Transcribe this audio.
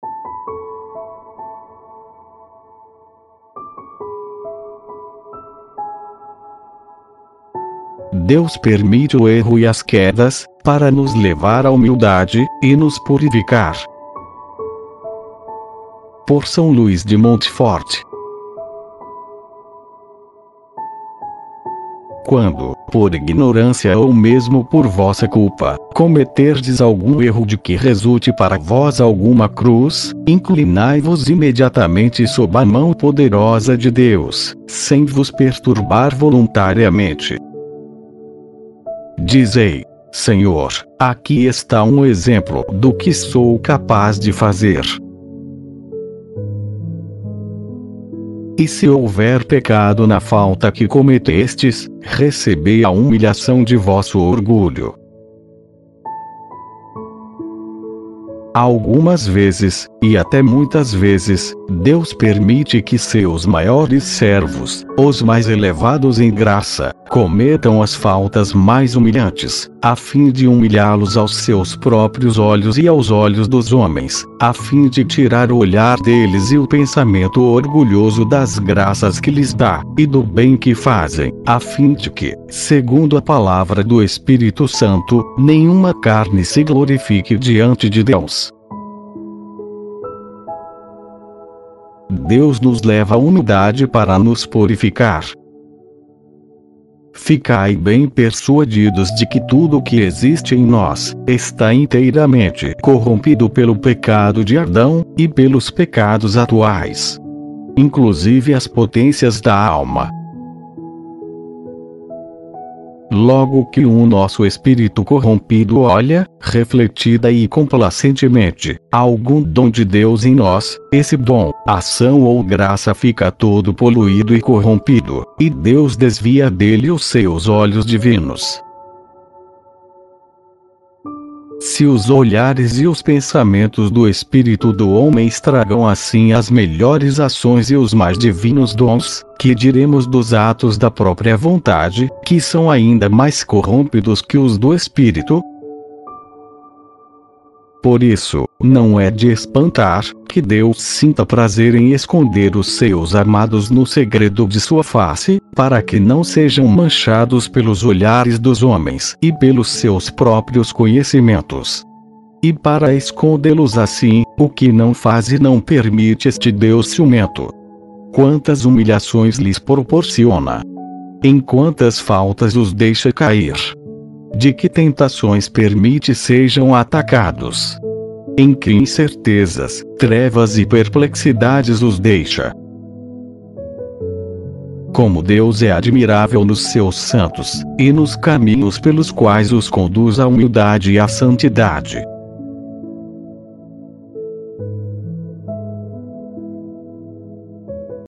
Deus permite o erro e as quedas, para nos levar à humildade, e nos purificar. Por São Luís de Montfort. Quando, por ignorância ou mesmo por vossa culpa, cometerdes algum erro de que resulte para vós alguma cruz, inclinai-vos imediatamente sob a mão poderosa de Deus, sem vos perturbar voluntariamente. Dizei: Senhor, aqui está um exemplo do que sou capaz de fazer. E se houver pecado na falta que cometestes, recebei a humilhação de vosso orgulho. Algumas vezes, e até muitas vezes, Deus permite que seus maiores servos, os mais elevados em graça, cometam as faltas mais humilhantes, a fim de humilhá-los aos seus próprios olhos e aos olhos dos homens, a fim de tirar o olhar deles e o pensamento orgulhoso das graças que lhes dá, e do bem que fazem, a fim de que, segundo a palavra do Espírito Santo, nenhuma carne se glorifique diante de Deus. Deus nos leva à humildade para nos purificar. Ficai bem persuadidos de que tudo o que existe em nós, está inteiramente corrompido pelo pecado de Adão, e pelos pecados atuais. Inclusive as potências da alma. Logo que o nosso espírito corrompido olha, refletida e complacentemente, algum dom de Deus em nós, esse dom, ação ou graça fica todo poluído e corrompido, e Deus desvia dele os seus olhos divinos. Se os olhares e os pensamentos do espírito do homem estragam assim as melhores ações e os mais divinos dons, que diremos dos atos da própria vontade, que são ainda mais corrompidos que os do espírito? Por isso, não é de espantar que Deus sinta prazer em esconder os seus amados no segredo de sua face, para que não sejam manchados pelos olhares dos homens e pelos seus próprios conhecimentos. E para escondê-los assim, o que não faz e não permite este Deus ciumento? Quantas humilhações lhes proporciona? Em quantas faltas os deixa cair? De que tentações permite sejam atacados? Em que incertezas, trevas e perplexidades os deixa? Como Deus é admirável nos seus santos, e nos caminhos pelos quais os conduz à humildade e à santidade.